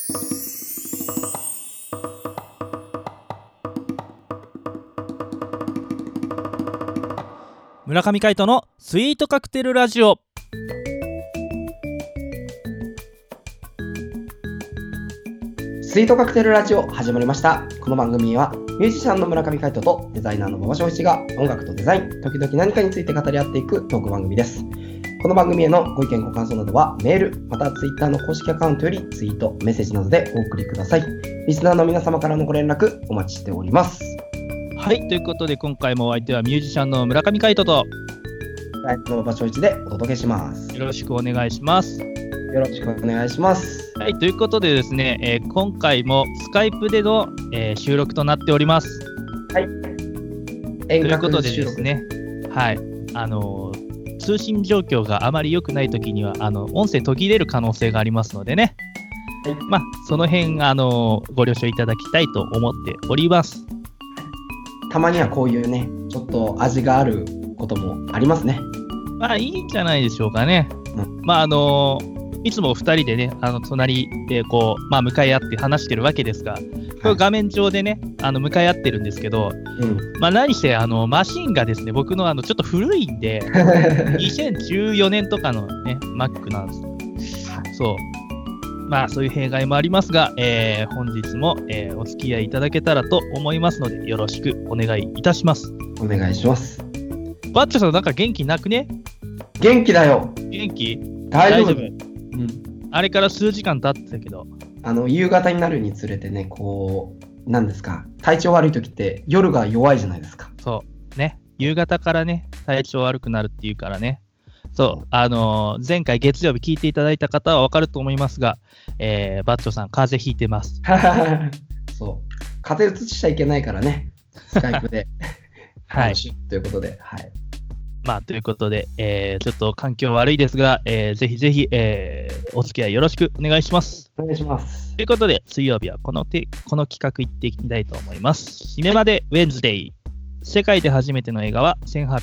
村上海人のスイートカクテルラジオ。 スイートカクテルラジオ始まりました。この番組はミュージシャンの村上海人とデザイナーの馬場翔一が音楽とデザイン、時々何かについて語り合っていくトーク番組です。この番組へのご意見ご感想などはメールまたツイッターの公式アカウントよりツイートメッセージなどでお送りください。リスナーの皆様からのご連絡お待ちしております。 はい、ということで今回もお相手はミュージシャンの村上海人とデザイナーの馬場翔一でお届けします。 よろしくお願いします。 よろしくお願いします。 はい、ということでですね、今回もスカイプでの、収録となっております。 はい。 ということでですね、はい、通信状況があまり良くないときには音声途切れる可能性がありますのでね、はい、まあその辺ご了承いただきたいと思っております。 たまにはこういうね、ちょっと味があることもありますね。 まあいいんじゃないでしょうかね。まあいつも2人でね、隣でこう、まあ、向かい合って話してるわけですが、これ画面上でね、向かい合ってるんですけど、まあ、何してマシンがですね、僕のちょっと古いんで、2014年とかのね、Mac なんです。そう。まあ、そういう弊害もありますが、本日も、お付き合いいただけたらと思いますので、よろしくお願いいたします。 お願いします。 バッチョさん、なんか元気なくね？ 元気だよ。 元気？ 大丈夫。 あれから数時間経ってたけど、 夕方になるにつれてね、こう、なんですか、体調悪い時って夜が弱いじゃないですか。 そうね、夕方からね、体調悪くなるっていうからね。そう、前回月曜日聞いていただいた方は分かると思いますが、バッチョさん風邪ひいてます。 そう、風邪移しちゃいけないからね、スカイプではいということで、はい。 まあ、ということで、ちょっと環境悪いですが、ぜひぜひ、お付き合いよろしくお願いします。 お願いします。 ということで、水曜日はこの企画いっていきたいと思います。シネマでウェンズデイ。世界で初めての映画は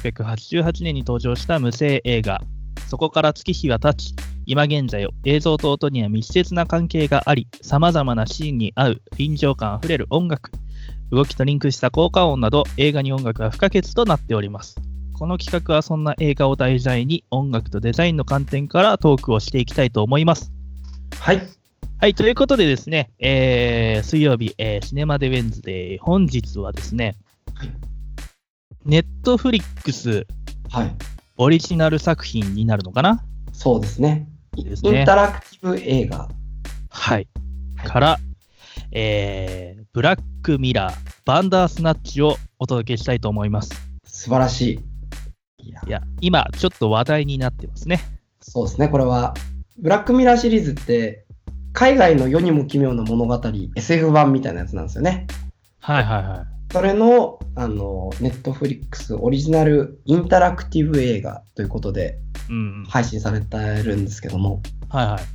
1888年に登場した無声映画。そこから月日は経ち、今現在映像と音には密接な関係があり、様々なシーンに合う臨場感あふれる音楽、動きとリンクした効果音など、映画に音楽は不可欠となっております。この企画はそんな映画を題材に音楽とデザインの観点からトークをしていきたいと思います。 はい。 はい、ということでですね、水曜日、シネマデウェンズデー、本日はですね、はい、ネットフリックスオリジナル作品になるのかな？ そうですね。インタラクティブ映画。 はい。から、ブラックミラー、バンダースナッチをお届けしたいと思います。 素晴らしい。 いや、今ちょっと話題になってますね。 そうですね。これはブラックミラーシリーズって海外の世にも奇妙な物語 SF 版みたいなやつなんですよね。 はいはいはい。 それのネットフリックスオリジナルインタラクティブ映画ということで配信されてるんですけども、 はいはい。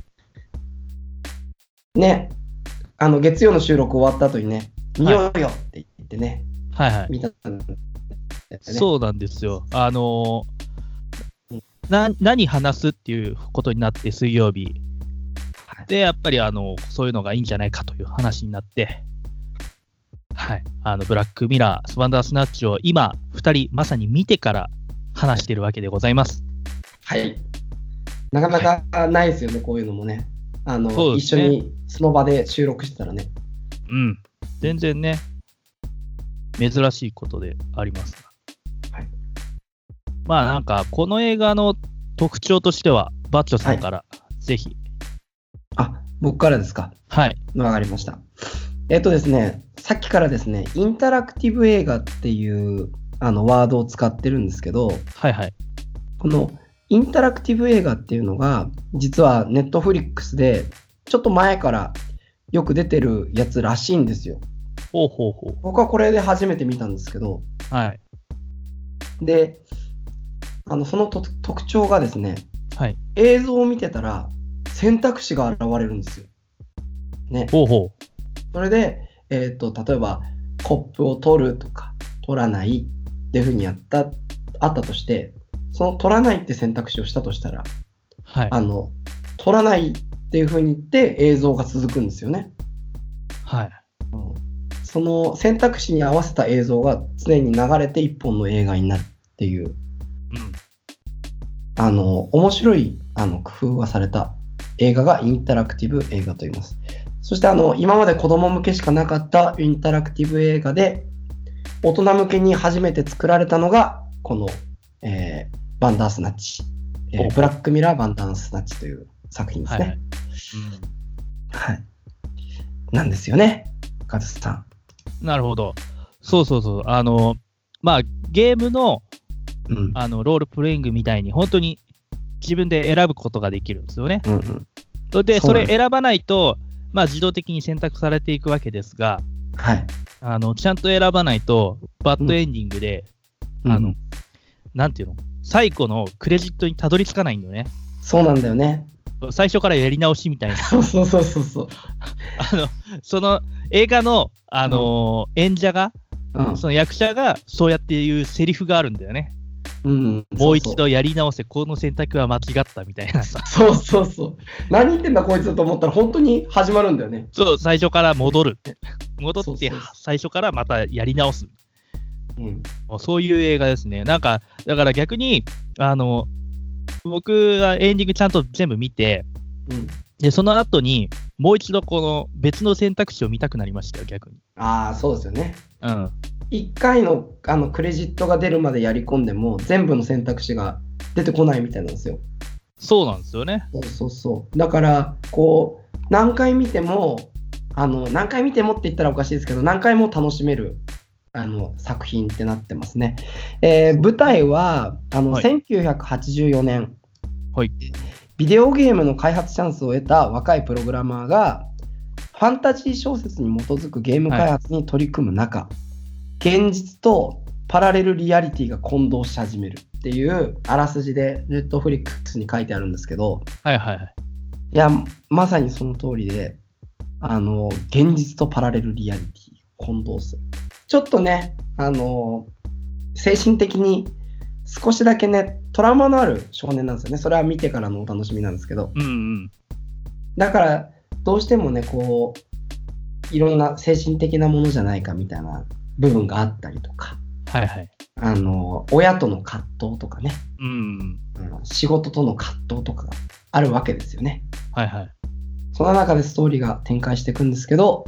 ね、月曜の収録終わった後にね、見ようよって言ってね、 はいはい。 見たんでそうなんですよ。何話すっていうことになって水曜日、でやっぱりそういうのがいいんじゃないかという話になって、はい、ブラックミラー、バンダースナッチを今2人まさに見てから話しているわけでございます。 はい。なかなかないですよね、こういうのもね。一緒にその場で収録してたらね。 うん。全然ね、珍しいことでありますが。はい。まあなんか、この映画の特徴としては、バッチョさんからぜひ。 僕からですか。 はい。 わかりました。ですね、さっきからですね、インタラクティブ映画っていうワードを使ってるんですけど、 はいはい。 このインタラクティブ映画っていうのが、実はネットフリックスでちょっと前からよく出てるやつらしいんですよ。 ほうほうほう。 僕はこれで初めて見たんですけど、 はい。 で、その特徴がですね、 はい、 映像を見てたら選択肢が現れるんですよ。ね。 ほうほう。 それで、例えばコップを取るとか取らないっていうふうにあったとして、その取らないって選択肢をしたとしたら、 はい、 取らないっていう風に言って映像が続くんですよね。 はい。 その選択肢に合わせた映像が常に流れて一本の映画になるっていう、面白い工夫がされた映画がインタラクティブ映画と言います。そして今まで子供向けしかなかったインタラクティブ映画で大人向けに初めて作られたのがこの、バンダースナッチ、ブラックミラーバンダースナッチという作品ですね。はい。なんですよね、カズさん。 なるほど。そうそうそう。まあ、ゲームの、ロールプレイングみたいに、本当に自分で選ぶことができるんですよね。で、それ選ばないと、まあ、自動的に選択されていくわけですが、 はい。 ちゃんと選ばないと、バッドエンディングで、なんていうの、最後のクレジットにたどり着かないんだよね。 そうなんだよね。 最初からやり直しみたいな。 そう。 その映画の、演者が、その役者がそうやっていうセリフがあるんだよね。もう一度やり直せ、この選択は間違ったみたいなさ。 そう。何言ってんだこいつと思ったら本当に始まるんだよね。 そう、最初から戻る。戻って最初からまたやり直す。そういう映画ですね。なんか、だから逆に、僕がエンディングちゃんと全部見て、で、その後にもう一度この別の選択肢を見たくなりましたよ、逆に。 そうですよね。1回のクレジットが出るまでやり込んでも全部の選択肢が出てこないみたいなんですよ。 そうなんですよね。 そうだからこう何回見てもって言ったらおかしいですけど、何回も楽しめる作品ってなってますね。舞台は1984年、ビデオゲームの開発チャンスを得た若いプログラマーがファンタジー小説に基づくゲーム開発に取り組む中、現実とパラレルリアリティが混同し始めるっていうあらすじでネットフリックスに書いてあるんですけど、いやまさにその通りで、現実とパラレルリアリティ混同する。ちょっとね、精神的に少しだけねトラウマのある少年なんですよね。それは見てからのお楽しみなんですけど、だからどうしてもねこういろんな精神的なものじゃないかみたいな部分があったりとか、親との葛藤とかね、仕事との葛藤とかがあるわけですよね。その中でストーリーが展開していくんですけど、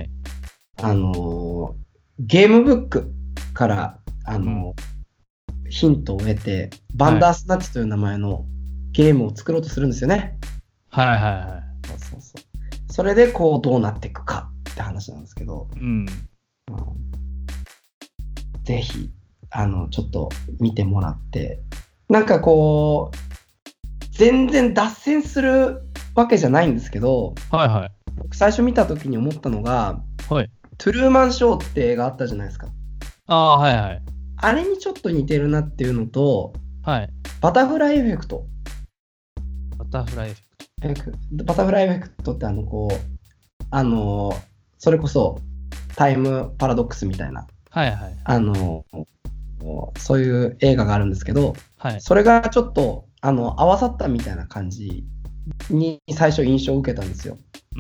ゲームブックからヒントを得てバンダースナッチという名前のゲームを作ろうとするんですよね。それでこうどうなっていくかって話なんですけど、ぜひちょっと見てもらって、なんかこう全然脱線するわけじゃないんですけど、僕最初見た時に思ったのが、トゥルーマンショーって映画あったじゃないですか。あれにちょっと似てるなっていうのと、バタフライエフェクト。バタフライエフェクトってそれこそタイムパラドックスみたいな、そういう映画があるんですけど、それがちょっと合わさったみたいな感じに最初印象を受けたんですよ。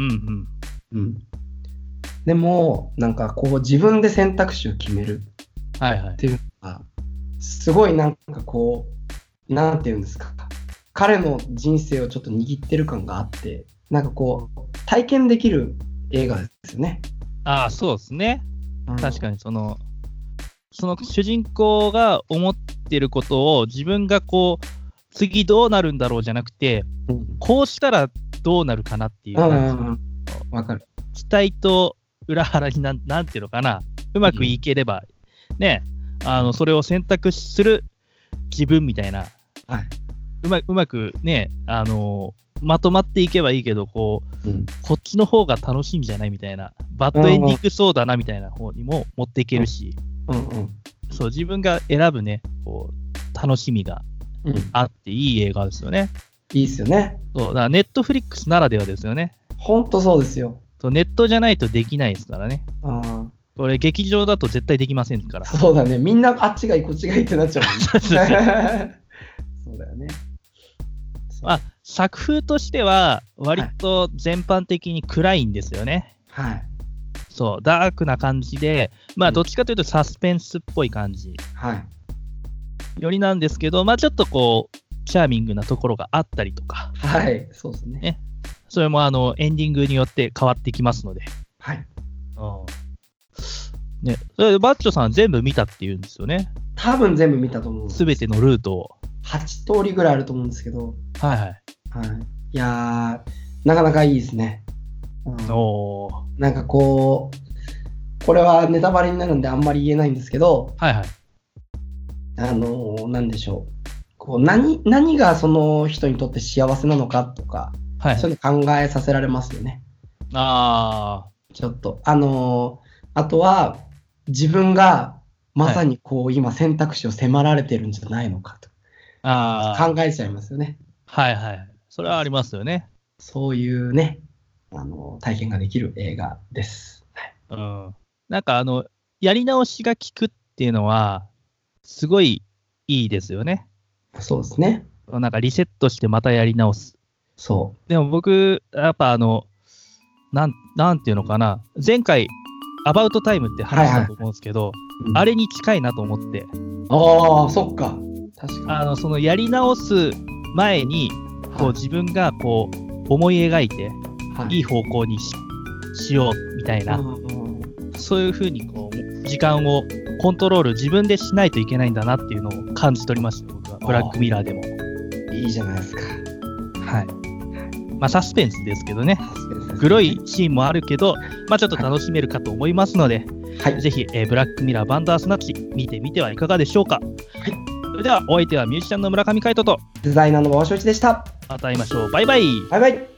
でもなんかこう自分で選択肢を決めるっていうのがすごいなんかこうなんていうんですか、彼の人生をちょっと握ってる感があって、なんかこう体験できる映画ですよね。 そうですね。確かにその主人公が思ってることを自分がこう次どうなるんだろうじゃなくて、こうしたらどうなるかなっていう、 わかる。 期待と裏腹になんていうのかな、うまくいければ、ね、それを選択する自分みたいな、うまくね、まとまっていけばいいけど、こっちの方が楽しみじゃないみたいな、バッドエンディングそうだなみたいな方にも持っていけるし、そう自分が選ぶね、こう楽しみがあっていい映画ですよね。 いいですよね。 そうだからネットフリックスならではですよね。 ほんとそうですよ。 ネットじゃないとできないですからね。これ劇場だと絶対できませんから。 そうだね。みんなあっちがいいこっちがいいってなっちゃうもんね。そうだよね。 作風としては、割と全般的に暗いんですよね。 はい。 そう、ダークな感じで、どっちかというとサスペンスっぽい感じ。 はい。 よりなんですけど、ちょっとこう、チャーミングなところがあったりとか。 はい、そうですね。 それもエンディングによって変わってきますので。 はい。 ね、それバッチョさん全部見たっていうんですよね。 多分全部見たと思う。 すべてのルートを。 8通りぐらいあると思うんですけど。 はい。 いやー、なかなかいいですね。なんかこれはネタバレになるんであんまり言えないんですけど、なんでしょう。何がその人にとって幸せなのかとか、そういうの考えさせられますよね。ちょっと。あとは、自分がまさに今選択肢を迫られてるんじゃないのかと考えちゃいますよね。 それはありますよね。 そういうね、体験ができる映画です。 なんかやり直しが効くっていうのは、すごいいいですよね。 そうですね。 なんかリセットしてまたやり直す。 そう。 でも僕、やっぱなんていうのかな、前回、アバウトタイムって話したと思うんですけど、あれに近いなと思って。 ああ、そっか。確かに。 そのやり直す前に、自分が思い描いて、いい方向に しようみたいな、そういうふうに時間をコントロール自分でしないといけないんだなっていうのを感じ取りました、僕は。ブラックミラーでも。 いいじゃないですか。 サスペンスですけどね。黒いシーンもあるけど、ちょっと楽しめるかと思いますので、ぜひ、ブラックミラーバンダースナッチ見てみてはいかがでしょうか。それではお相手はミュージシャンの村上海人とデザイナーの馬場翔一でした。 また会いましょう。バイバイ。 バイバイ。